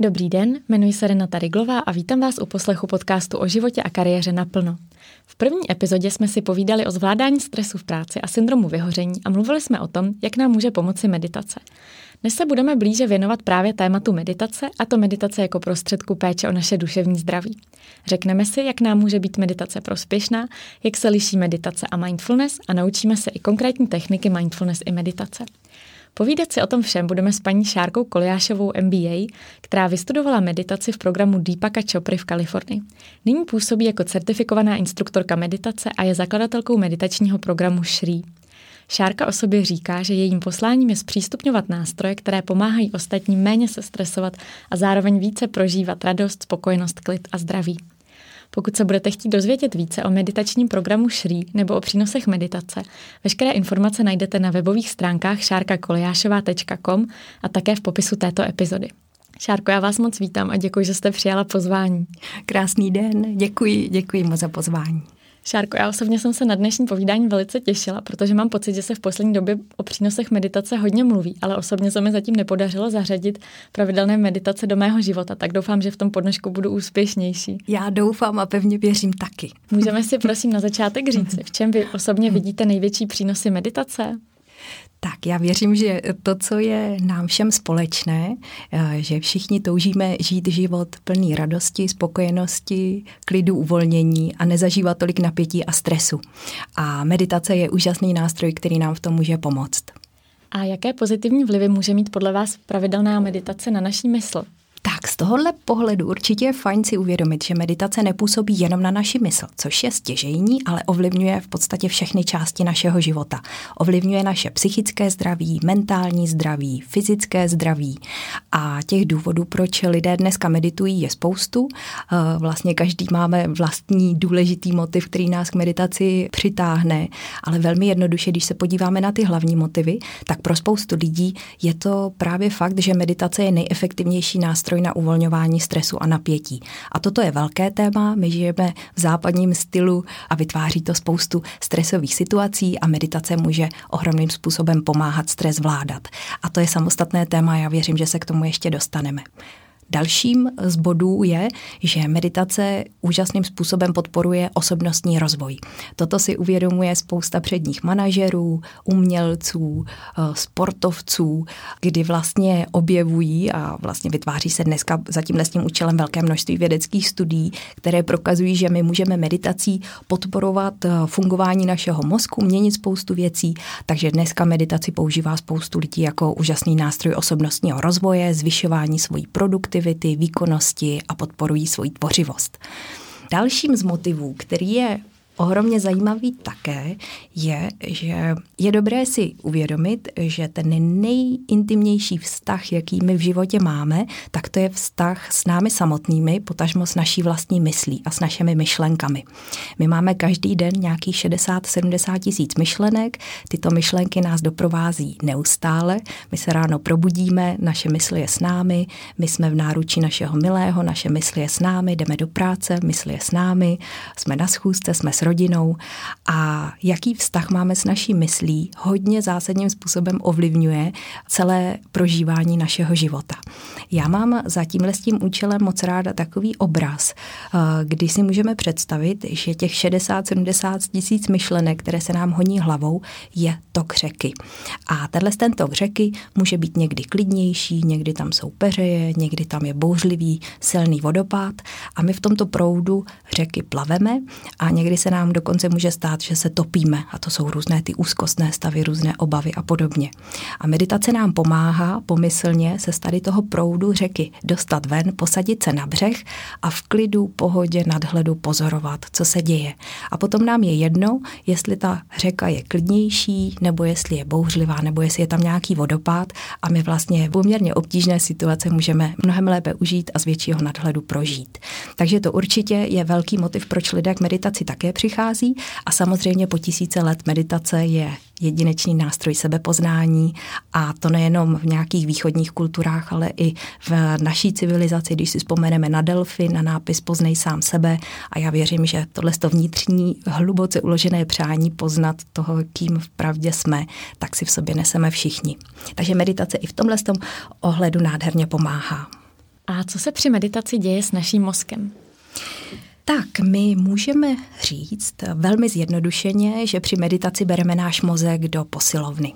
Dobrý den, jmenuji se Renata Riglová a vítám vás u poslechu podcastu o životě a kariéře naplno. V první epizodě jsme si povídali o zvládání stresu v práci a syndromu vyhoření a mluvili jsme o tom, jak nám může pomoci meditace. Dnes se budeme blíže věnovat právě tématu meditace, a to meditace jako prostředku péče o naše duševní zdraví. Řekneme si, jak nám může být meditace prospěšná, jak se liší meditace a mindfulness a naučíme se i konkrétní techniky mindfulness i meditace. Povídat si o tom všem budeme s paní Šárkou Koliášovou MBA, která vystudovala meditaci v programu Deepaka Chopry v Kalifornii. Nyní působí jako certifikovaná instruktorka meditace a je zakladatelkou meditačního programu Shri. Šárka o sobě říká, že jejím posláním je zpřístupňovat nástroje, které pomáhají ostatním méně se stresovat a zároveň více prožívat radost, spokojenost, klid a zdraví. Pokud se budete chtít dozvědět více o meditačním programu Shri nebo o přínosech meditace, veškeré informace najdete na webových stránkách šárkakoliášová.com a také v popisu této epizody. Šárko, já vás moc vítám a děkuji, že jste přijala pozvání. Krásný den, děkuji moc za pozvání. Šárko, já osobně jsem se na dnešní povídání velice těšila, protože mám pocit, že se v poslední době o přínosech meditace hodně mluví, ale osobně se mi zatím nepodařilo zařadit pravidelné meditace do mého života, tak doufám, že v tom podnožku budu úspěšnější. Já doufám a pevně věřím taky. Můžeme si prosím na začátek říci, v čem vy osobně vidíte největší přínosy meditace? Tak já věřím, že to, co je nám všem společné, že všichni toužíme žít život plný radosti, spokojenosti, klidu, uvolnění a nezažívat tolik napětí a stresu. A meditace je úžasný nástroj, který nám v tom může pomoct. A jaké pozitivní vlivy může mít podle vás pravidelná meditace na naší mysl? Tak z tohohle pohledu určitě je fajn si uvědomit, že meditace nepůsobí jenom na naši mysl, což je stěžejní, ale ovlivňuje v podstatě všechny části našeho života. Ovlivňuje naše psychické zdraví, mentální zdraví, fyzické zdraví a těch důvodů, proč lidé dneska meditují, je spoustu. Vlastně každý máme vlastní důležitý motiv, který nás k meditaci přitáhne, ale velmi jednoduše, když se podíváme na ty hlavní motivy, tak pro spoustu lidí je to právě fakt, že meditace je nejefektivnější nástroj na uvolňování stresu a napětí. A toto je velké téma, my žijeme v západním stylu a vytváří to spoustu stresových situací a meditace může ohromným způsobem pomáhat stres zvládat. A to je samostatné téma, já věřím, že se k tomu ještě dostaneme. Dalším z bodů je, že meditace úžasným způsobem podporuje osobnostní rozvoj. Toto si uvědomuje spousta předních manažerů, umělců, sportovců, kdy vlastně objevují a vlastně vytváří se dneska za tímhle s tím účelem velké množství vědeckých studií, které prokazují, že my můžeme meditací podporovat fungování našeho mozku, měnit spoustu věcí, takže dneska meditaci používá spoustu lidí jako úžasný nástroj osobnostního rozvoje, zvyšování svojí produktivity, výkonnosti a podporují svoji tvořivost. Dalším z motivů, který je ohromně zajímavý také, je, že je dobré si uvědomit, že ten nejintimnější vztah, jaký my v životě máme, tak to je vztah s námi samotnými, potažmo s naší vlastní myslí a s našimi myšlenkami. My máme každý den nějakých 60-70 tisíc myšlenek, tyto myšlenky nás doprovází neustále, my se ráno probudíme, naše mysl je s námi, my jsme v náručí našeho milého, naše mysl je s námi, jdeme do práce, mysl je s námi, jsme na schůzce, jsme s rodinou a jaký vztah máme s naší myslí hodně zásadním způsobem ovlivňuje celé prožívání našeho života. Já mám za tímhle s tím účelem moc ráda takový obraz, kdy si můžeme představit, že těch 60-70 tisíc myšlenek, které se nám honí hlavou, je tok řeky. A ten tok řeky může být někdy klidnější, někdy tam jsou peřeje, někdy tam je bouřlivý, silný vodopád a my v tomto proudu řeky plaveme a někdy se nám dokonce může stát, že se topíme a to jsou různé ty úzkostné stavy, různé obavy a podobně. A meditace nám pomáhá pomyslně se z tady toho proudu řeky dostat ven, posadit se na břeh a v klidu, pohodě, nadhledu pozorovat, co se děje. A potom nám je jedno, jestli ta řeka je klidnější, nebo jestli je bouřlivá, nebo jestli je tam nějaký vodopád a my vlastně poměrně obtížné situace můžeme mnohem lépe užít a z většího nadhledu prožít. Takže to určitě je velký motiv, proč lidé k meditaci také přichází a samozřejmě po tisíce let meditace je jedinečný nástroj sebepoznání a to nejenom v nějakých východních kulturách, ale i v naší civilizaci, když si vzpomeneme na Delfy, na nápis Poznej sám sebe a já věřím, že tohleto vnitřní, hluboce uložené přání poznat toho, kým vpravdě jsme, tak si v sobě neseme všichni. Takže meditace i v tomhle ohledu nádherně pomáhá. A co se při meditaci děje s naším mozkem? Tak my můžeme říct velmi zjednodušeně, že při meditaci bereme náš mozek do posilovny.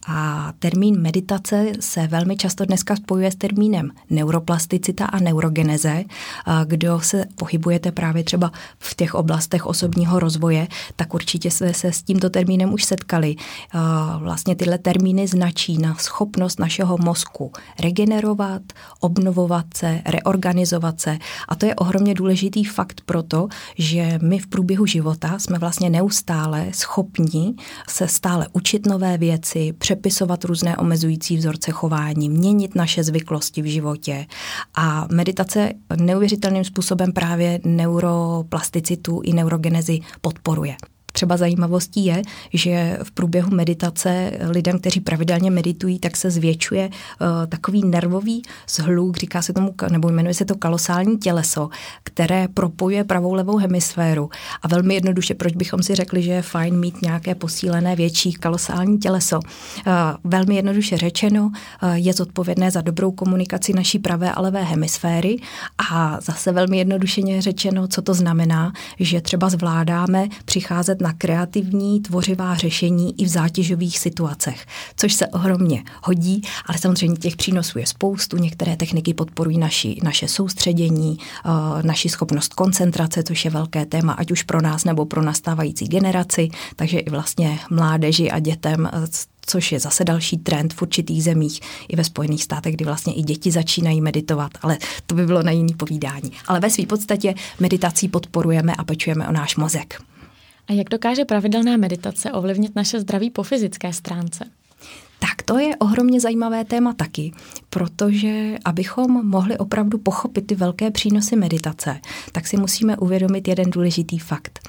A termín meditace se velmi často dneska spojuje s termínem neuroplasticita a neurogeneze. Kdo se pohybujete právě třeba v těch oblastech osobního rozvoje, tak určitě se s tímto termínem už setkali. Vlastně tyhle termíny značí na schopnost našeho mozku regenerovat, obnovovat se, reorganizovat se. A to je ohromně důležitý fakt proto, že my v průběhu života jsme vlastně neustále schopni se stále učit nové věci, přepisovat různé omezující vzorce chování, měnit naše zvyklosti v životě. A meditace neuvěřitelným způsobem právě neuroplasticitu i neurogenezi podporuje. Třeba zajímavostí je, že v průběhu meditace lidem, kteří pravidelně meditují, tak se zvětšuje takový nervový shluk, říká se tomu, nebo jmenuje se to kalosální těleso, které propojuje pravou levou hemisféru. A velmi jednoduše, proč bychom si řekli, že je fajn mít nějaké posílené větší kalosální těleso. Velmi jednoduše řečeno, je zodpovědné za dobrou komunikaci naší pravé a levé hemisféry a zase velmi jednoduše řečeno, co to znamená, že třeba zvládáme přicházet na kreativní, tvořivá řešení i v zátěžových situacích, což se ohromně hodí, ale samozřejmě těch přínosů je spoustu. Některé techniky podporují naše soustředění, naši schopnost koncentrace, což je velké téma, ať už pro nás nebo pro nastávající generaci, takže i vlastně mládeži a dětem, což je zase další trend v určitých zemích i ve Spojených státech, kdy vlastně i děti začínají meditovat, ale to by bylo na jiný povídání. Ale ve své podstatě meditací podporujeme a pečujeme o náš mozek. A jak dokáže pravidelná meditace ovlivnit naše zdraví po fyzické stránce? Tak to je ohromně zajímavé téma taky, protože abychom mohli opravdu pochopit ty velké přínosy meditace, tak si musíme uvědomit jeden důležitý fakt.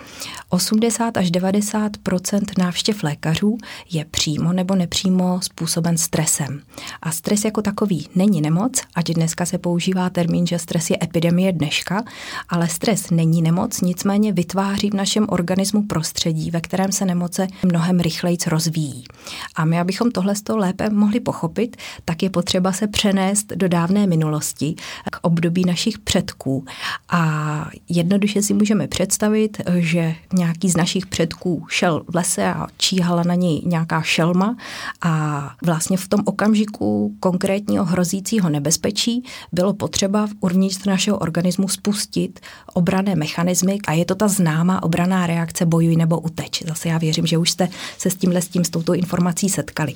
80 až 90% návštěv lékařů je přímo nebo nepřímo způsoben stresem. A stres jako takový není nemoc, ať dneska se používá termín, že stres je epidemie dneška, ale stres není nemoc, nicméně vytváří v našem organismu prostředí, ve kterém se nemoce mnohem rychleji rozvíjí. A my, abychom tohle lépe mohli pochopit, tak je potřeba se přenést do dávné minulosti k období našich předků. A jednoduše si můžeme představit, že nějaký z našich předků šel v lese a číhala na něj nějaká šelma a vlastně v tom okamžiku konkrétního hrozícího nebezpečí bylo potřeba uvnitř našeho organismu spustit obranné mechanismy a je to ta známá obranná reakce bojuj nebo uteč. Zase já věřím, že už jste se s touto informací setkali.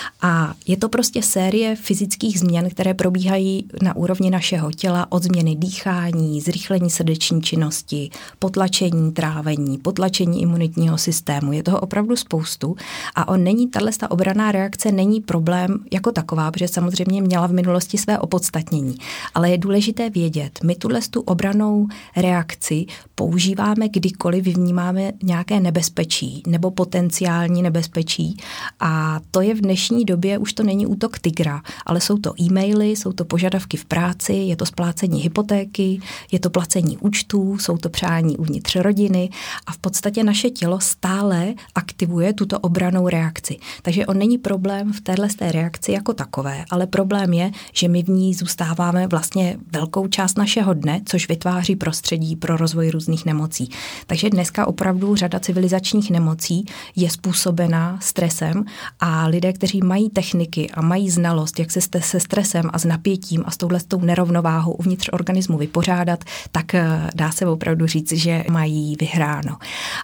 A je to prostě série fyzických změn, které probíhají na úrovni našeho těla, od změny dýchání, zrychlení srdeční činnosti, potlačení trávení, potlačení imunitního systému. Je toho opravdu spoustu a tato obranná reakce není problém jako taková, protože samozřejmě měla v minulosti své opodstatnění. Ale je důležité vědět, my tu obrannou reakci používáme kdykoliv vnímáme nějaké nebezpečí nebo potenciální nebezpečí a to je v dnešní době už to není útok tygra, ale jsou to e-maily, jsou to požadavky v práci, je to splácení hypotéky, je to placení účtů, jsou to přání uvnitř rodiny a v podstatě naše tělo stále aktivuje tuto obrannou reakci. Takže on není problém v téhle reakci jako takové, ale problém je, že my v ní zůstáváme vlastně velkou část našeho dne, což vytváří prostředí pro rozvoj různých nemocí. Takže dneska opravdu řada civilizačních nemocí je způsobená stresem a lidé, kteří mají techniky a mají znalost, jak se stresem a s napětím a s touhletou nerovnováhou uvnitř organismu vypořádat, tak dá se opravdu říct, že mají vyhráno.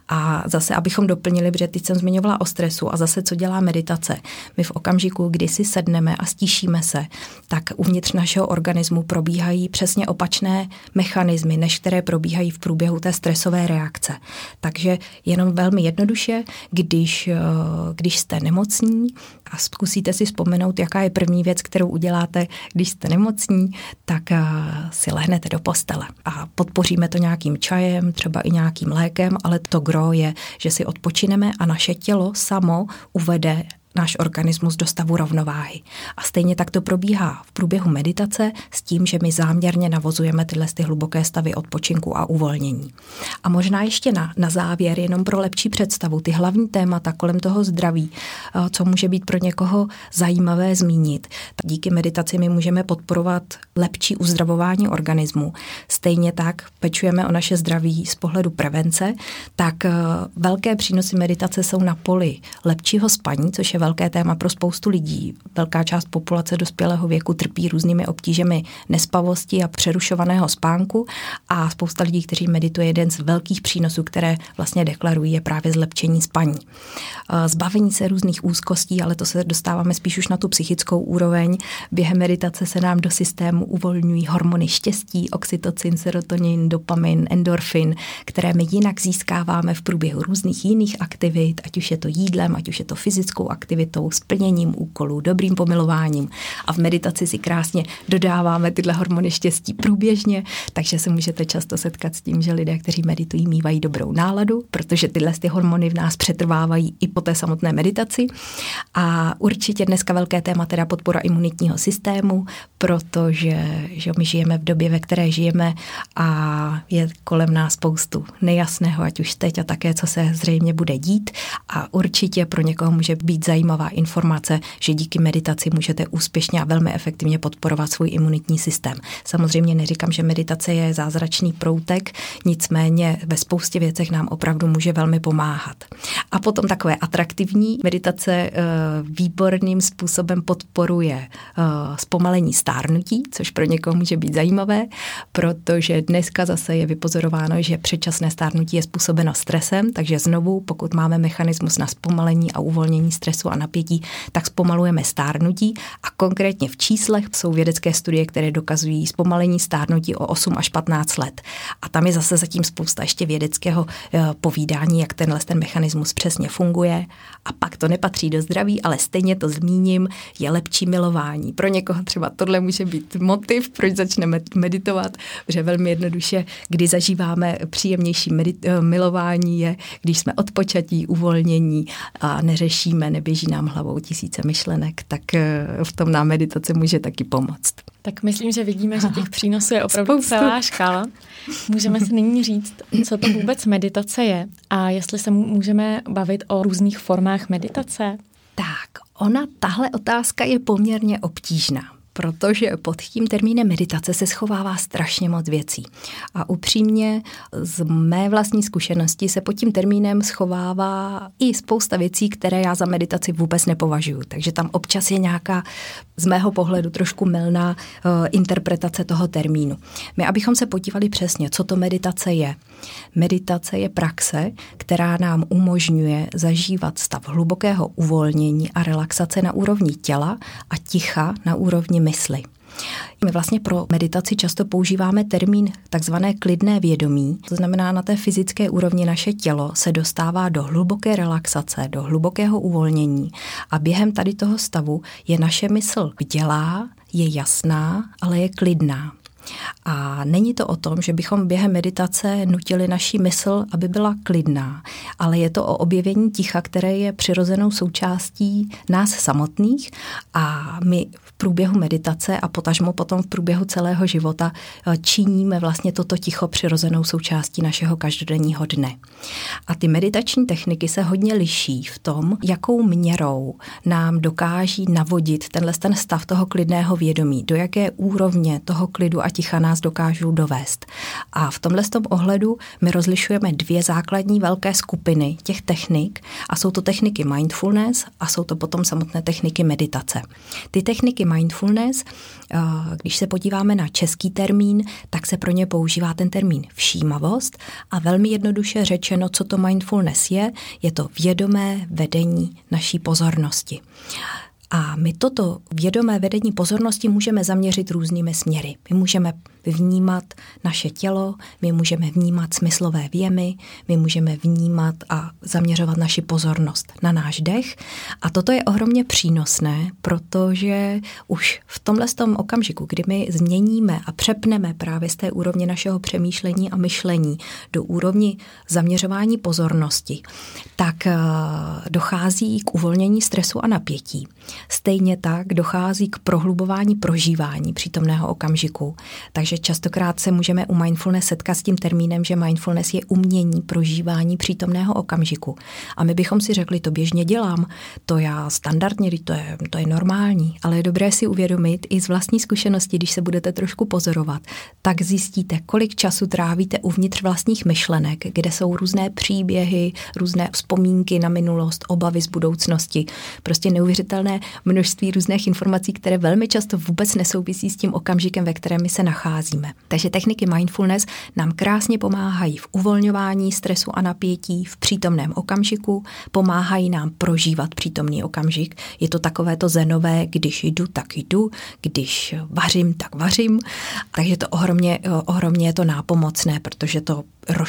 A zase, abychom doplnili, protože teď jsem zmiňovala o stresu a zase, co dělá meditace. My v okamžiku, kdy si sedneme a stíšíme se, tak uvnitř našeho organismu probíhají přesně opačné mechanismy, než které probíhají v průběhu té stresové reakce. Takže jenom velmi jednoduše, když jste nemocní a zkusíte si vzpomenout, jaká je první věc, kterou uděláte, když jste nemocní, tak si lehnete do postele a podpoříme to nějakým čajem, třeba i nějakým lékem, ale to gro je, že si odpočineme a naše tělo samo uvede náš organismus do stavu rovnováhy. A stejně tak to probíhá v průběhu meditace s tím, že my záměrně navozujeme tyhle hluboké stavy odpočinku a uvolnění. A možná ještě na závěr, jenom pro lepší představu, ty hlavní témata kolem toho zdraví, co může být pro někoho zajímavé zmínit. Tak díky meditaci my můžeme podporovat lepší uzdravování organismu. Stejně tak pečujeme o naše zdraví z pohledu prevence, tak velké přínosy meditace jsou na poli lepšího spaní, což je velké téma pro spoustu lidí. Velká část populace dospělého věku trpí různými obtížemi nespavosti a přerušovaného spánku a spousta lidí, kteří meditují, jeden z velkých přínosů, které vlastně deklarují, je právě zlepšení spaní. Zbavení se různých úzkostí, ale to se dostáváme spíš už na tu psychickou úroveň. Během meditace se nám do systému uvolňují hormony štěstí, oxytocin, serotonin, dopamin, endorfin, které my jinak získáváme v průběhu různých jiných aktivit, ať už je to jídlem, ať už je to fyzickou aktivitou, splněním úkolů, dobrým pomilováním. A v meditaci si krásně dodáváme tyhle hormony štěstí průběžně, takže se můžete často setkat s tím, že lidé, kteří meditují, mívají dobrou náladu, protože tyhle hormony v nás přetrvávají i po té samotné meditaci. A určitě dneska velké téma teda podpora imunitního systému, protože že my žijeme v době, ve které žijeme a je kolem nás spoustu nejasného, ať už teď a také, co se zřejmě bude dít. A určitě pro někoho může být zajímavá informace, že díky meditaci můžete úspěšně a velmi efektivně podporovat svůj imunitní systém. Samozřejmě neříkám, že meditace je zázračný proutek, nicméně ve spoustě věcech nám opravdu může velmi pomáhat. A potom takové atraktivní meditace výborným způsobem podporuje zpomalení stárnutí, což pro někoho může být zajímavé, protože dneska zase je vypozorováno, že předčasné stárnutí je způsobeno stresem, takže znovu, pokud máme mechanismus na zpomalení a uvolnění stresu a napětí, tak zpomalujeme stárnutí a konkrétně v číslech jsou vědecké studie, které dokazují zpomalení stárnutí o 8 až 15 let. A tam je zase zatím spousta ještě vědeckého povídání, jak ten mechanismus přesně funguje. A pak to nepatří do zdraví, ale stejně to zmíním, je lepší milování. Pro někoho třeba tohle může být motiv, proč začneme meditovat, protože velmi jednoduše, kdy zažíváme příjemnější milování je, když jsme odpočatí, uvolnění a neřešíme, neběží nám hlavou tisíce myšlenek, tak v tom nám meditace může taky pomoct. Tak myslím, že vidíme, že těch přínosů je opravdu celá škála. Můžeme si nyní říct, co to vůbec meditace je a jestli se můžeme bavit o různých formách meditace. Tak, tahle otázka je poměrně obtížná, protože pod tím termínem meditace se schovává strašně moc věcí. A upřímně z mé vlastní zkušenosti se pod tím termínem schovává i spousta věcí, které já za meditaci vůbec nepovažuji. Takže tam občas je nějaká z mého pohledu trošku mylná interpretace toho termínu. My, abychom se podívali přesně, co to meditace je. Meditace je praxe, která nám umožňuje zažívat stav hlubokého uvolnění a relaxace na úrovni těla a ticha na úrovni mysli. My vlastně pro meditaci často používáme termín takzvané klidné vědomí, to znamená na té fyzické úrovni naše tělo se dostává do hluboké relaxace, do hlubokého uvolnění a během tady toho stavu je naše mysl bdělá, je jasná, ale je klidná. A není to o tom, že bychom během meditace nutili naši mysl, aby byla klidná, ale je to o objevení ticha, které je přirozenou součástí nás samotných a my v průběhu meditace a potažmo potom v průběhu celého života činíme vlastně toto ticho přirozenou součástí našeho každodenního dne. A ty meditační techniky se hodně liší v tom, jakou měrou nám dokáží navodit ten stav toho klidného vědomí, do jaké úrovně toho klidu a ticha nás dokážou dovést. A v tomhle ohledu my rozlišujeme dvě základní velké skupiny těch technik a jsou to techniky mindfulness a jsou to potom samotné techniky meditace. Ty techniky mindfulness, když se podíváme na český termín, tak se pro ně používá ten termín všímavost a velmi jednoduše řečeno, co to mindfulness je to vědomé vedení naší pozornosti. A my toto vědomé vedení pozornosti můžeme zaměřit různými směry. My můžeme vnímat naše tělo, my můžeme vnímat smyslové vjemy, my můžeme vnímat a zaměřovat naši pozornost na náš dech. A toto je ohromně přínosné, protože už v tomhle okamžiku, kdy my změníme a přepneme právě z té úrovně našeho přemýšlení a myšlení do úrovni zaměřování pozornosti, tak dochází k uvolnění stresu a napětí. Stejně tak dochází k prohlubování prožívání přítomného okamžiku. Takže častokrát se můžeme u mindfulness setkat s tím termínem, že mindfulness je umění prožívání přítomného okamžiku. A my bychom si řekli, to běžně dělám, to já standardně, to je normální, ale je dobré si uvědomit i z vlastní zkušenosti, když se budete trošku pozorovat, tak zjistíte, kolik času trávíte uvnitř vlastních myšlenek, kde jsou různé příběhy, různé vzpomínky na minulost, obavy z budoucnosti, prostě neuvěřitelné množství různých informací, které velmi často vůbec nesouvisí s tím okamžikem, ve kterém my se nacházíme. Takže techniky mindfulness nám krásně pomáhají v uvolňování stresu a napětí v přítomném okamžiku, pomáhají nám prožívat přítomný okamžik. Je to takové to zenové, když jdu, tak jdu, když vařím, tak vařím. Takže to ohromně je to nápomocné, protože to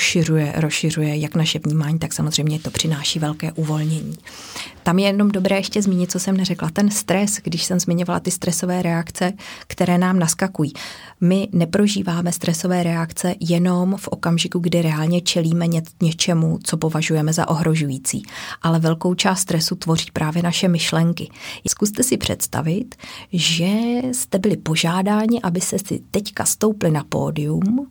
rozšiřuje jak naše vnímání, tak samozřejmě to přináší velké uvolnění. Tam je jenom dobré ještě zmínit, co jsem neřekla. Ten stres, když jsem zmiňovala ty stresové reakce, které nám naskakují. My neprožíváme stresové reakce jenom v okamžiku, kdy reálně čelíme něčemu, co považujeme za ohrožující. Ale velkou část stresu tvoří právě naše myšlenky. Zkuste si představit, že jste byli požádáni, aby se si teďka stoupli na pódium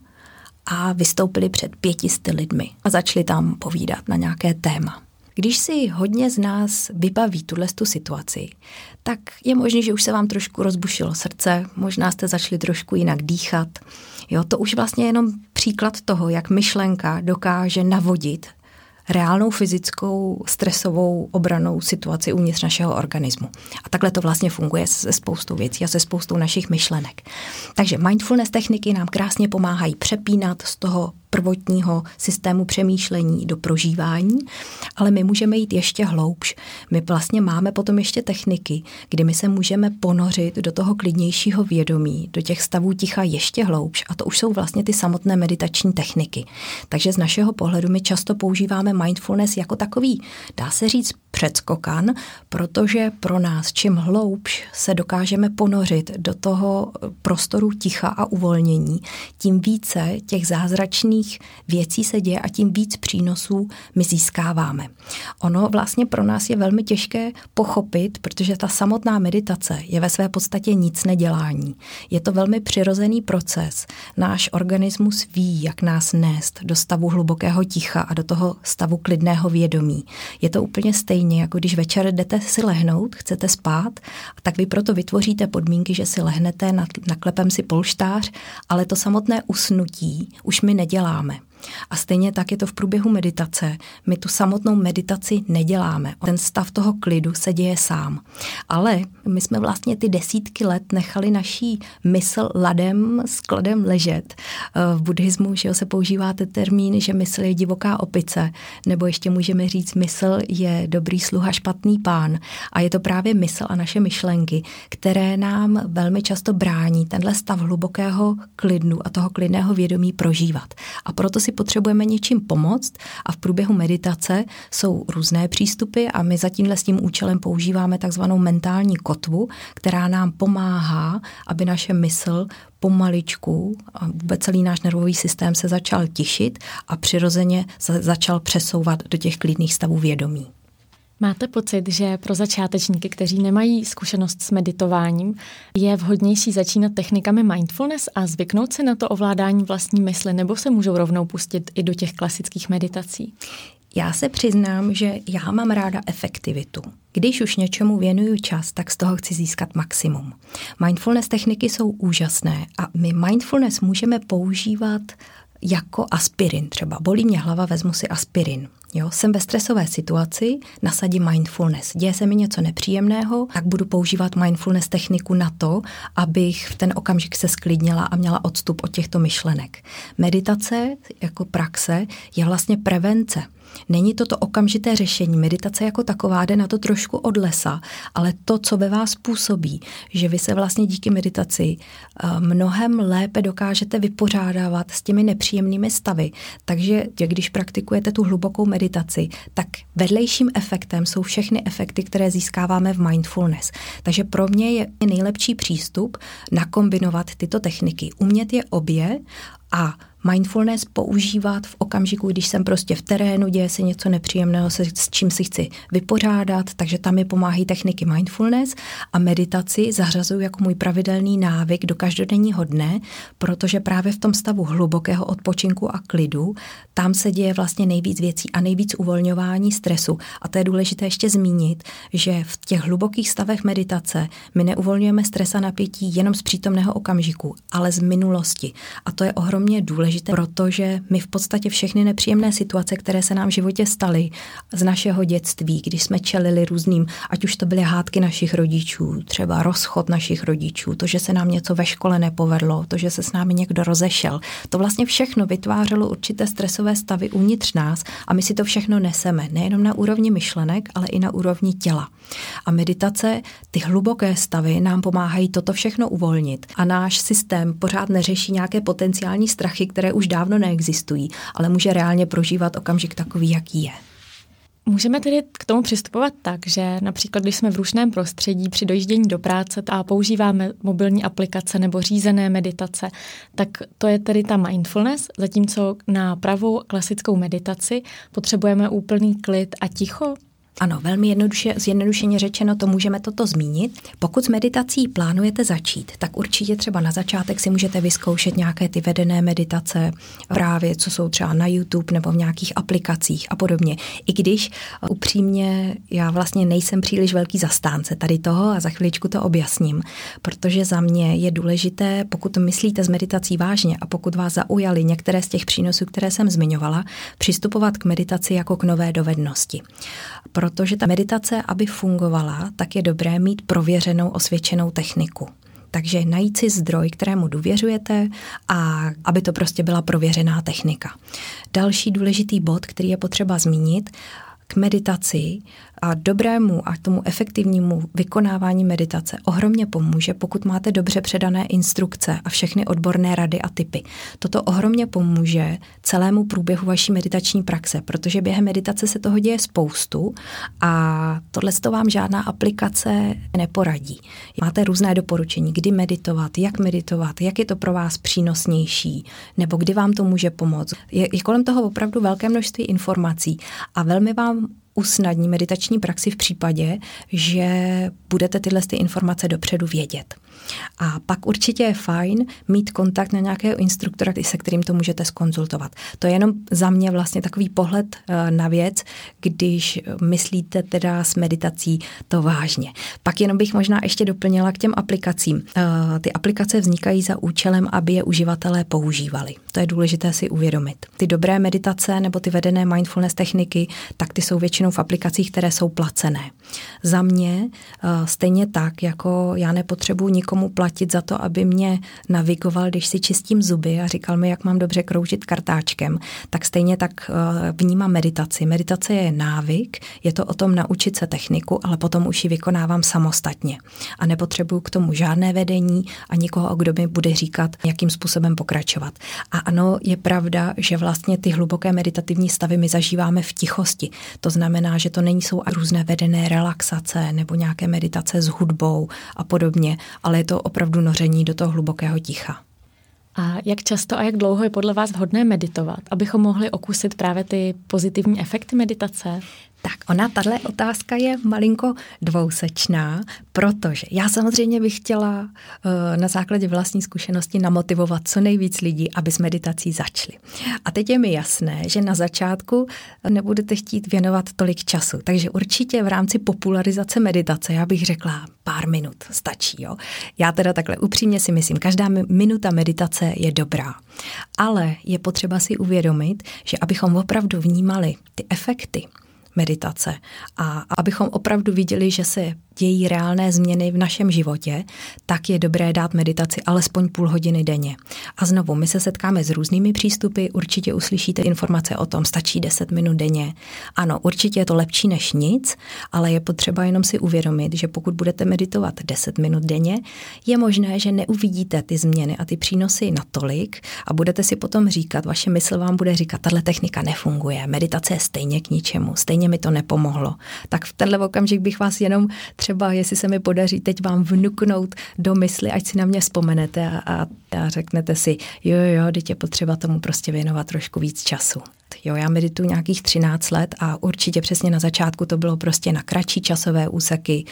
a vystoupili před 500 lidmi a začali tam povídat na nějaké téma. Když si hodně z nás vybaví tu situaci, tak je možné, že už se vám trošku rozbušilo srdce, možná jste začali trošku jinak dýchat. Jo, to už vlastně je jenom příklad toho, jak myšlenka dokáže navodit reálnou fyzickou stresovou obrannou situaci uvnitř našeho organismu. A takhle to vlastně funguje se spoustou věcí a se spoustou našich myšlenek. Takže mindfulness techniky nám krásně pomáhají přepínat z toho prvotního systému přemýšlení do prožívání, ale my můžeme jít ještě hloubš. My vlastně máme potom ještě techniky, kdy my se můžeme ponořit do toho klidnějšího vědomí, do těch stavů ticha ještě hloubš a to už jsou vlastně ty samotné meditační techniky. Takže z našeho pohledu my často používáme mindfulness jako takový, dá se říct, předskokan, protože pro nás čím hloubš se dokážeme ponořit do toho prostoru ticha a uvolnění, tím více těch zázračných věcí se děje a tím víc přínosů my získáváme. Ono vlastně pro nás je velmi těžké pochopit, protože ta samotná meditace je ve své podstatě nic nedělání. Je to velmi přirozený proces. Náš organismus ví, jak nás nést do stavu hlubokého ticha a do toho stavu klidného vědomí. Je to úplně stejně, jako když večer jdete si lehnout, chcete spát, tak vy proto vytvoříte podmínky, že si lehnete, naklepem si polštář, ale to samotné usnutí už my neděláme. A stejně tak je to v průběhu meditace. My tu samotnou meditaci neděláme. Ten stav toho klidu se děje sám. Ale my jsme vlastně ty desítky let nechali naší mysl ladem, skladem ležet. V buddhismu že se používá ten termín, že mysl je divoká opice, nebo ještě můžeme říct, mysl je dobrý sluha, špatný pán. A je to právě mysl a naše myšlenky, které nám velmi často brání tenhle stav hlubokého klidu a toho klidného vědomí prožívat. A proto si potřebujeme něčím pomoct a v průběhu meditace jsou různé přístupy a my za tímhle s tím účelem používáme takzvanou mentální kotvu, která nám pomáhá, aby naše mysl pomaličku a vůbec celý náš nervový systém se začal tišit a přirozeně začal přesouvat do těch klidných stavů vědomí. Máte pocit, že pro začátečníky, kteří nemají zkušenost s meditováním, je vhodnější začínat technikami mindfulness a zvyknout si na to ovládání vlastní mysli, nebo se můžou rovnou pustit i do těch klasických meditací? Já se přiznám, že já mám ráda efektivitu. Když už něčemu věnuju čas, tak z toho chci získat maximum. Mindfulness techniky jsou úžasné a my mindfulness můžeme používat jako aspirin. Třeba bolí mě hlava, vezmu si aspirin. Jo, jsem ve stresové situaci, nasadím mindfulness. Děje se mi něco nepříjemného, tak budu používat mindfulness techniku na to, abych v ten okamžik se sklidnila a měla odstup od těchto myšlenek. Meditace jako praxe je vlastně prevence. Není to okamžité řešení. Meditace jako taková jde na to trošku od lesa, ale to, co ve vás působí, že vy se vlastně díky meditaci mnohem lépe dokážete vypořádávat s těmi nepříjemnými stavy. Takže když praktikujete tu hlubokou meditaci, tak vedlejším efektem jsou všechny efekty, které získáváme v mindfulness. Takže pro mě je nejlepší přístup nakombinovat tyto techniky, umět je obě a mindfulness používat v okamžiku, když jsem prostě v terénu, děje se něco nepříjemného, s čím si chci vypořádat, takže tam mi pomáhají techniky mindfulness a meditaci zařazuju jako můj pravidelný návyk do každodenního dne, protože právě v tom stavu hlubokého odpočinku a klidu, tam se děje vlastně nejvíc věcí a nejvíc uvolňování stresu. A to je důležité ještě zmínit, že v těch hlubokých stavech meditace my neuvolňujeme stres a napětí jenom z přítomného okamžiku, ale z minulosti. A to je ohromně důležité, protože my v podstatě všechny nepříjemné situace, které se nám v životě staly z našeho dětství, když jsme čelili různým, ať už to byly hádky našich rodičů, třeba rozchod našich rodičů, to, že se nám něco ve škole nepovedlo, to, že se s námi někdo rozešel, to vlastně všechno vytvářelo určité stresové stavy uvnitř nás a my si to všechno neseme, nejenom na úrovni myšlenek, ale i na úrovni těla. A meditace, ty hluboké stavy nám pomáhají toto všechno uvolnit a náš systém pořád neřeší nějaké potenciální strachy, které už dávno neexistují, ale může reálně prožívat okamžik takový, jaký je. Můžeme tedy k tomu přistupovat tak, že například, když jsme v rušném prostředí při dojíždění do práce a používáme mobilní aplikace nebo řízené meditace, tak to je tedy ta mindfulness, zatímco na pravou klasickou meditaci potřebujeme úplný klid a ticho? Ano, velmi zjednodušeně řečeno, to můžeme toto zmínit. Pokud s meditací plánujete začít, tak určitě třeba na začátek si můžete vyzkoušet nějaké ty vedené meditace, právě co jsou třeba na YouTube nebo v nějakých aplikacích a podobně. I když upřímně já vlastně nejsem příliš velký zastánce tady toho a za chviličku to objasním, protože za mě je důležité, pokud myslíte s meditací vážně a pokud vás zaujaly některé z těch přínosů, které jsem zmiňovala, přistupovat k meditaci jako k nové dovednosti. Protože ta meditace, aby fungovala, tak je dobré mít prověřenou, osvědčenou techniku. Takže najít si zdroj, kterému důvěřujete a aby to prostě byla prověřená technika. Další důležitý bod, který je potřeba zmínit, k meditaci a dobrému a tomu efektivnímu vykonávání meditace ohromně pomůže, pokud máte dobře předané instrukce a všechny odborné rady a tipy. Toto ohromně pomůže celému průběhu vaší meditační praxe, protože během meditace se toho děje spoustu a tohle to vám žádná aplikace neporadí. Máte různé doporučení, kdy meditovat, jak je to pro vás přínosnější, nebo kdy vám to může pomoct. Je kolem toho opravdu velké množství informací a velmi vám usnadní meditační praxi v případě, že budete tyhle informace dopředu vědět. A pak určitě je fajn mít kontakt na nějakého instruktora, se kterým to můžete zkonzultovat. To je jenom za mě vlastně takový pohled na věc, když myslíte teda s meditací to vážně. Pak jenom bych možná ještě doplnila k těm aplikacím. Ty aplikace vznikají za účelem, aby je uživatelé používali. To je důležité si uvědomit. Ty dobré meditace nebo ty vedené mindfulness techniky, tak ty jsou většinou v aplikacích, které jsou placené. Za mě stejně tak, jako já nepotřebuji nikomu platit za to, aby mě navigoval, když si čistím zuby a říkal mi, jak mám dobře kroužit kartáčkem, tak stejně tak vnímám meditaci. Meditace je návyk, je to o tom naučit se techniku, ale potom už ji vykonávám samostatně. A nepotřebuju k tomu žádné vedení a nikoho, kdo mi bude říkat, jakým způsobem pokračovat. A ano, je pravda, že vlastně ty hluboké meditativní stavy my zažíváme v tichosti. To znamená, že to nejsou různé vedené relaxace nebo nějaké meditace s hudbou a podobně, ale je to opravdu noření do toho hlubokého ticha. A jak často a jak dlouho je podle vás vhodné meditovat, abychom mohli okusit právě ty pozitivní efekty meditace? Tak tahle otázka je malinko dvousečná, protože já samozřejmě bych chtěla na základě vlastní zkušenosti namotivovat co nejvíc lidí, aby s meditací začali. A teď je mi jasné, že na začátku nebudete chtít věnovat tolik času, takže určitě v rámci popularizace meditace, já bych řekla pár minut stačí. Jo? Já teda takhle upřímně si myslím, každá minuta meditace je dobrá, ale je potřeba si uvědomit, že abychom opravdu vnímali ty efekty meditace a abychom opravdu viděli, že se dějí reálné změny v našem životě, tak je dobré dát meditaci alespoň půl hodiny denně. A znovu, my se setkáme s různými přístupy, určitě uslyšíte informace o tom, stačí 10 minut denně. Ano, určitě je to lepší než nic, ale je potřeba jenom si uvědomit, že pokud budete meditovat 10 minut denně, je možné, že neuvidíte ty změny a ty přínosy natolik a budete si potom říkat, vaše mysl vám bude říkat, tahle technika nefunguje, meditace je stejně k ničemu, stejně mi to nepomohlo. Tak v tenhle okamžik bych vás jenom třeba, jestli se mi podaří teď vám vnuknout do mysli, ať si na mě vzpomenete a řeknete si, jo, teď je potřeba tomu prostě věnovat trošku víc času. Jo, já medituji nějakých 13 let a určitě přesně na začátku to bylo prostě na kratší časové úseky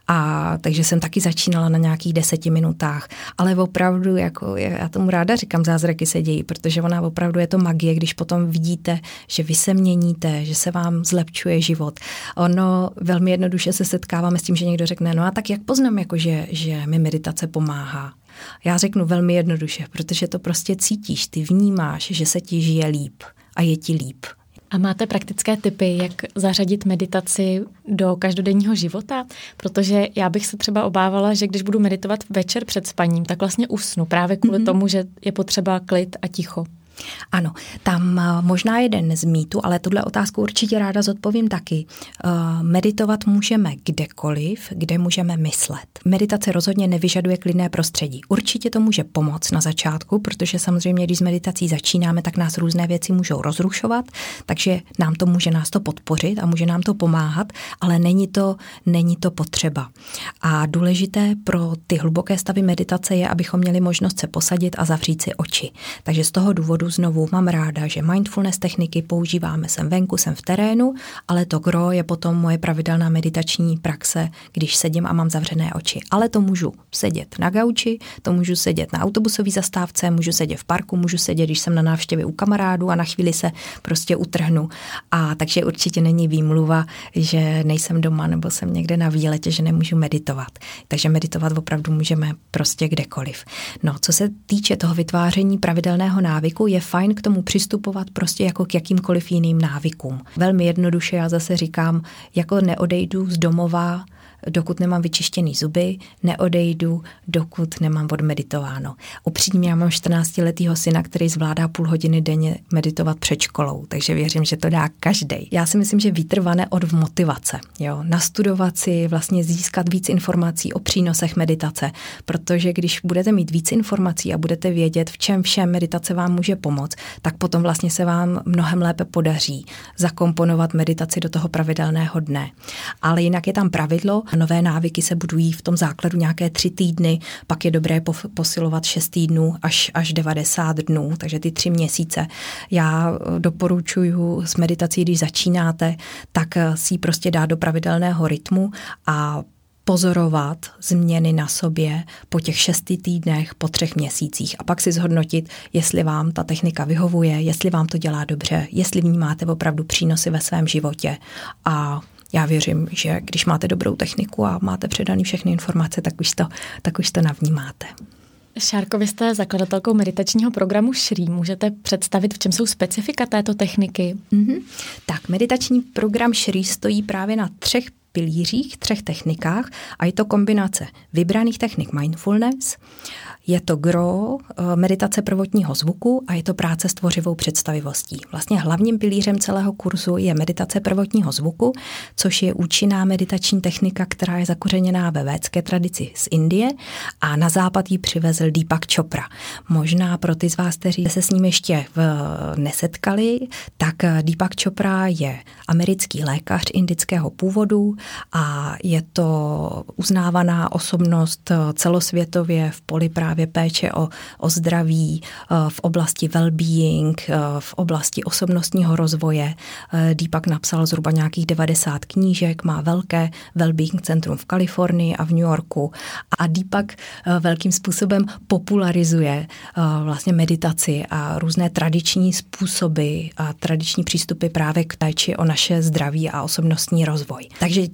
a takže jsem taky začínala na nějakých 10 minutách, ale opravdu, jako já tomu ráda říkám, zázraky se dějí, protože ona opravdu je to magie, když potom vidíte, že vy se měníte, že se vám zlepšuje život. Ono velmi jednoduše se setkáváme s tím, že někdo řekne, no a tak jak poznám, jako že mi meditace pomáhá? Já řeknu velmi jednoduše, protože to prostě cítíš, ty vnímáš, že se ti žije líp a je ti líp. A máte praktické tipy, jak zařadit meditaci do každodenního života? Protože já bych se třeba obávala, že když budu meditovat večer před spaním, tak vlastně usnu právě kvůli tomu, že je potřeba klid a ticho. Ano, tam možná jeden z mýtů, ale tuhle otázku určitě ráda zodpovím taky. Meditovat můžeme kdekoliv, kde můžeme myslet. Meditace rozhodně nevyžaduje klidné prostředí. Určitě to může pomoct na začátku, protože samozřejmě, když s meditací začínáme, tak nás různé věci můžou rozrušovat, takže nás to podpořit a může nám to pomáhat, ale není to potřeba. A důležité pro ty hluboké stavy meditace je, abychom měli možnost se posadit a zavřít si oči. Takže z toho důvodu znovu mám ráda, že mindfulness techniky používáme, jsem venku, jsem v terénu, ale to gro je potom moje pravidelná meditační praxe, když sedím a mám zavřené oči. Ale to můžu sedět na gauči, to můžu sedět na autobusové zastávce, můžu sedět v parku, můžu sedět, když jsem na návštěvě u kamarádů a na chvíli se prostě utrhnu. A takže určitě není výmluva, že nejsem doma nebo jsem někde na výletě, že nemůžu meditovat. Takže meditovat opravdu můžeme prostě kdekoliv. No, co se týče toho vytváření pravidelného návyku, je fajn k tomu přistupovat prostě jako k jakýmkoliv jiným návykům. Velmi jednoduše já zase říkám, jako neodejdu z domova, dokud nemám vyčištěný zuby, neodejdu, dokud nemám odmeditováno. Upřímně, já mám 14letýho syna, který zvládá půl hodiny denně meditovat před školou, takže věřím, že to dá každej. Já si myslím, že vytrvané od motivace, jo, nastudovat si, vlastně získat víc informací o přínosech meditace, protože když budete mít víc informací a budete vědět, v čem všem meditace vám může pomoct, tak potom vlastně se vám mnohem lépe podaří zakomponovat meditaci do toho pravidelného dne. Ale jinak je tam pravidlo, nové návyky se budují v tom základu nějaké 3 týdny, pak je dobré posilovat 6 týdnů až 90 dnů, takže ty 3 měsíce. Já doporučuji s meditací, když začínáte, tak si ji prostě dát do pravidelného rytmu a pozorovat změny na sobě po těch 6 týdnech, po 3 měsících a pak si zhodnotit, jestli vám ta technika vyhovuje, jestli vám to dělá dobře, jestli vnímáte opravdu přínosy ve svém životě. A já věřím, že když máte dobrou techniku a máte předaný všechny informace, tak už to navnímáte. Šárko, vy jste zakladatelkou meditačního programu Shri. Můžete představit, v čem jsou specifika této techniky? Tak, meditační program Shri stojí právě na 3 pilířích, 3 technikách a je to kombinace vybraných technik mindfulness, je to gro meditace prvotního zvuku a je to práce s tvořivou představivostí. Vlastně hlavním pilířem celého kurzu je meditace prvotního zvuku, což je účinná meditační technika, která je zakořeněná ve védské tradici z Indie a na západ ji přivezl Deepak Chopra. Možná pro ty z vás, kteří se s ním ještě nesetkali, tak Deepak Chopra je americký lékař indického původu a je to uznávaná osobnost celosvětově v poli právě péče o zdraví, v oblasti well-being, v oblasti osobnostního rozvoje. Deepak napsal zhruba nějakých 90 knížek, má velké well-being centrum v Kalifornii a v New Yorku a Deepak velkým způsobem popularizuje vlastně meditaci a různé tradiční způsoby a tradiční přístupy právě k péči o naše zdraví a osobnostní rozvoj. Takže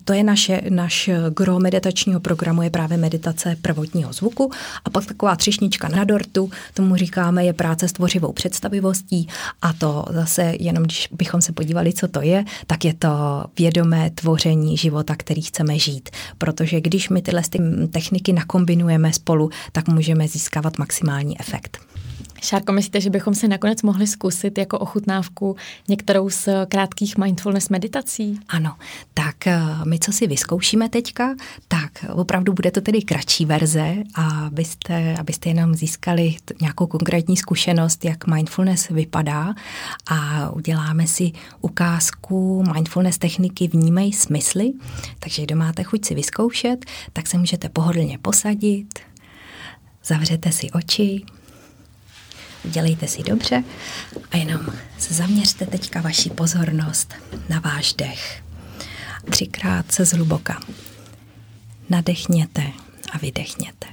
to je náš gro meditačního programu, je právě meditace prvotního zvuku. A pak taková třešnička na dortu, tomu říkáme, je práce s tvořivou představivostí. A to zase, jenom když bychom se podívali, co to je, tak je to vědomé tvoření života, který chceme žít. Protože když my tyhle techniky nakombinujeme spolu, tak můžeme získávat maximální efekt. Šárko, myslíte, že bychom si nakonec mohli zkusit jako ochutnávku některou z krátkých mindfulness meditací? Ano, tak my, co si vyzkoušíme teďka, tak opravdu bude to tedy kratší verze, abyste jenom získali nějakou konkrétní zkušenost, jak mindfulness vypadá, a uděláme si ukázku mindfulness techniky Vnímej smysly. Takže kdo máte chuť si vyzkoušet, tak se můžete pohodlně posadit, zavřete si oči, dělejte si dobře a jenom se zaměřte teďka vaši pozornost na váš dech. 3krát se zhluboka nadechněte a vydechněte.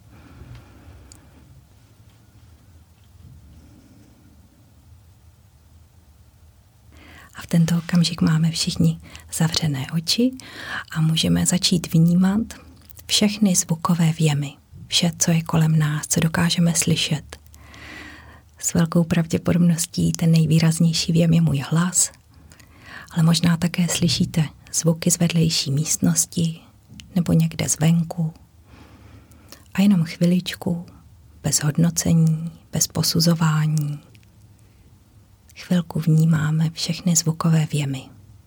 A v tento okamžik máme všichni zavřené oči a můžeme začít vnímat všechny zvukové vjemy. Vše, co je kolem nás, co dokážeme slyšet. S velkou pravděpodobností ten nejvýraznější vjem je můj hlas, ale možná také slyšíte zvuky z vedlejší místnosti nebo někde zvenku. A jenom chviličku, bez hodnocení, bez posuzování, chvilku vnímáme všechny zvukové vjemy.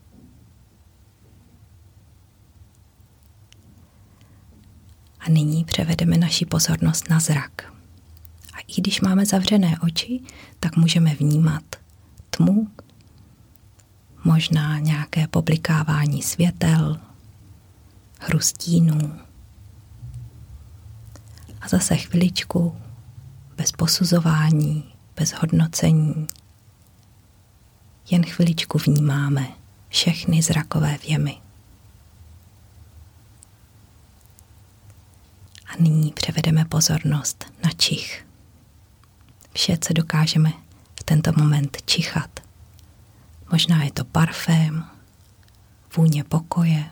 A nyní převedeme naši pozornost na zrak. A i když máme zavřené oči, tak můžeme vnímat tmu, možná nějaké poblikávání světel, hru stínů. A zase chviličku, bez posuzování, bez hodnocení, jen chviličku vnímáme všechny zrakové vjemy. A nyní převedeme pozornost na čich. Vše, co dokážeme v tento moment čichat. Možná je to parfém, vůně pokoje.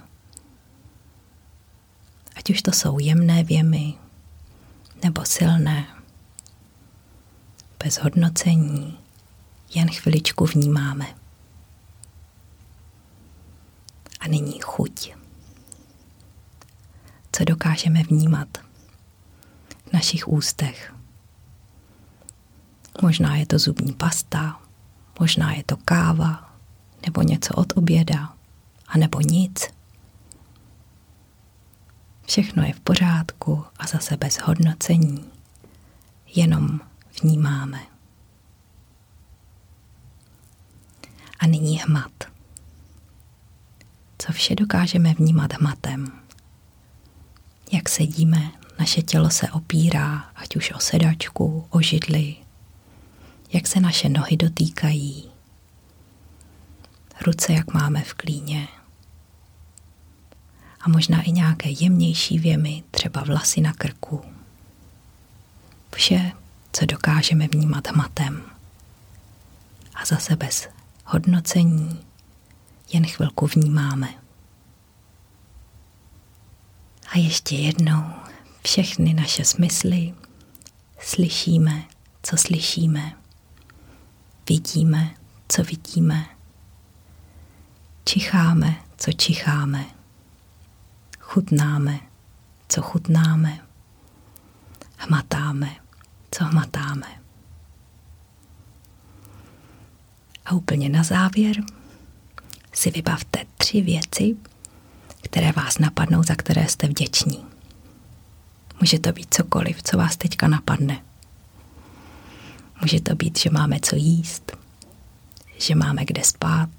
Ať už to jsou jemné vjemy nebo silné. Bez hodnocení, jen chviličku vnímáme. A nyní chuť. Co dokážeme vnímat v našich ústech. Možná je to zubní pasta, možná je to káva, nebo něco od oběda, anebo nic. Všechno je v pořádku a zase bez hodnocení. Jenom vnímáme. A nyní hmat. Co vše dokážeme vnímat hmatem? Jak sedíme, naše tělo se opírá, ať už o sedačku, o židli, jak se naše nohy dotýkají, ruce, jak máme v klíně. A možná i nějaké jemnější vjemy, třeba vlasy na krku. Vše, co dokážeme vnímat hmatem. A zase bez hodnocení, jen chvilku vnímáme. A ještě jednou všechny naše smysly slyšíme, co slyšíme. Vidíme, co vidíme. Čicháme, co čicháme. Chutnáme, co chutnáme. Hmatáme, co hmatáme. A úplně na závěr si vybavte 3 věci, které vás napadnou, za které jste vděční. Může to být cokoliv, co vás teďka napadne. Může to být, že máme co jíst, že máme kde spát,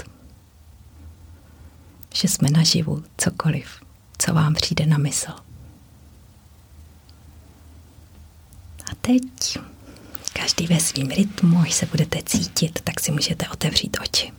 že jsme naživu, cokoliv, co vám přijde na mysl. A teď, každý ve svým rytmu, až se budete cítit, tak si můžete otevřít oči.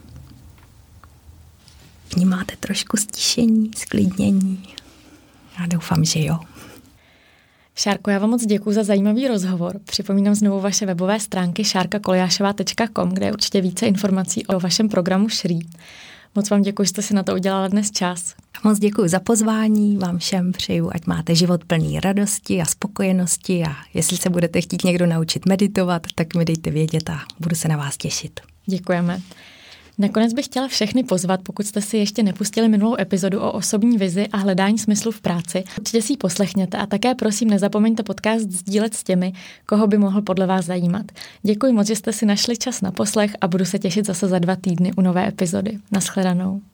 Vnímáte trošku ztišení, sklidnění? Já doufám, že jo. Šárko, já vám moc děkuji za zajímavý rozhovor. Připomínám znovu vaše webové stránky šárkakoliášová.com, kde je určitě více informací o vašem programu Šrý. Moc vám děkuji, že jste si na to udělala dnes čas. Moc děkuji za pozvání, vám všem přeju, ať máte život plný radosti a spokojenosti a jestli se budete chtít někdo naučit meditovat, tak mi dejte vědět a budu se na vás těšit. Děkujeme. Nakonec bych chtěla všechny pozvat, pokud jste si ještě nepustili minulou epizodu o osobní vizi a hledání smyslu v práci. Určitě si ji poslechněte a také prosím nezapomeňte podcast sdílet s těmi, koho by mohl podle vás zajímat. Děkuji moc, že jste si našli čas na poslech a budu se těšit zase za 2 týdny u nové epizody. Naschledanou.